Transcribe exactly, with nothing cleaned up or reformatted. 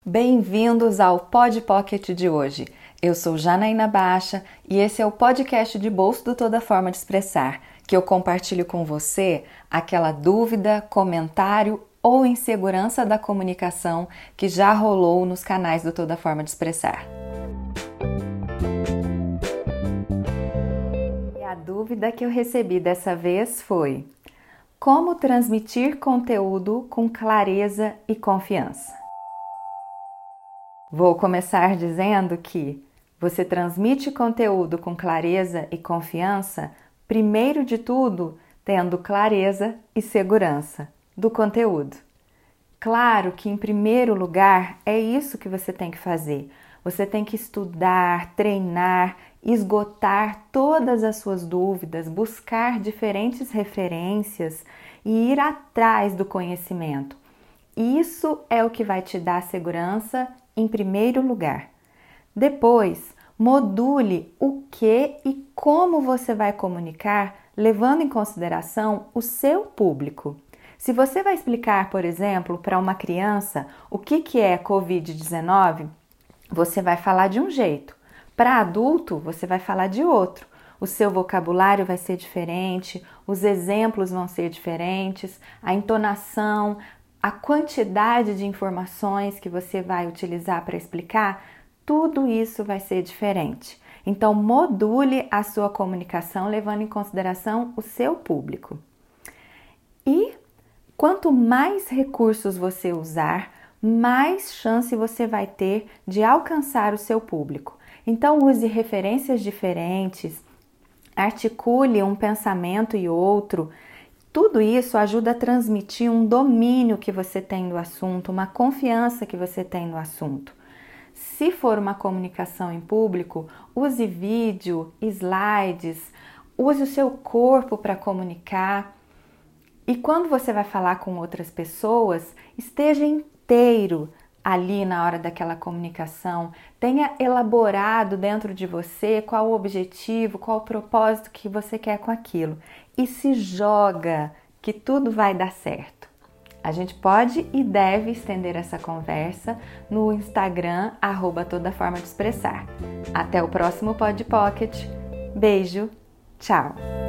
Bem-vindos ao Pod Pocket de hoje. Eu sou Janaína Baixa e esse é o podcast de bolso do Toda Forma de Expressar, que eu compartilho com você aquela dúvida, comentário ou insegurança da comunicação que já rolou nos canais do Toda Forma de Expressar. E a dúvida que eu recebi dessa vez foi: como transmitir conteúdo com clareza e confiança? Vou começar dizendo que você transmite conteúdo com clareza e confiança, primeiro de tudo, tendo clareza e segurança do conteúdo. Claro que, em primeiro lugar, é isso que você tem que fazer. Você tem que estudar, treinar, esgotar todas as suas dúvidas, buscar diferentes referências e ir atrás do conhecimento. Isso é o que vai te dar segurança em primeiro lugar. Depois, module o que e como você vai comunicar, levando em consideração o seu público. Se você vai explicar, por exemplo, para uma criança o que, que é covid dezenove, você vai falar de um jeito. Para adulto, você vai falar de outro. O seu vocabulário vai ser diferente, os exemplos vão ser diferentes, a entonação, a quantidade de informações que você vai utilizar para explicar, tudo isso vai ser diferente. Então, module a sua comunicação levando em consideração o seu público. E quanto mais recursos você usar, mais chance você vai ter de alcançar o seu público. Então, use referências diferentes, articule um pensamento e outro. Tudo isso ajuda a transmitir um domínio que você tem do assunto, uma confiança que você tem no assunto. Se for uma comunicação em público, use vídeo, slides, use o seu corpo para comunicar. E quando você vai falar com outras pessoas, esteja inteiro ali na hora daquela comunicação. Tenha elaborado dentro de você qual o objetivo, qual o propósito que você quer com aquilo. E se joga, que tudo vai dar certo. A gente pode e deve estender essa conversa no Instagram, arroba Toda Forma de Expressar. Até o próximo Pod Pocket. Beijo, tchau!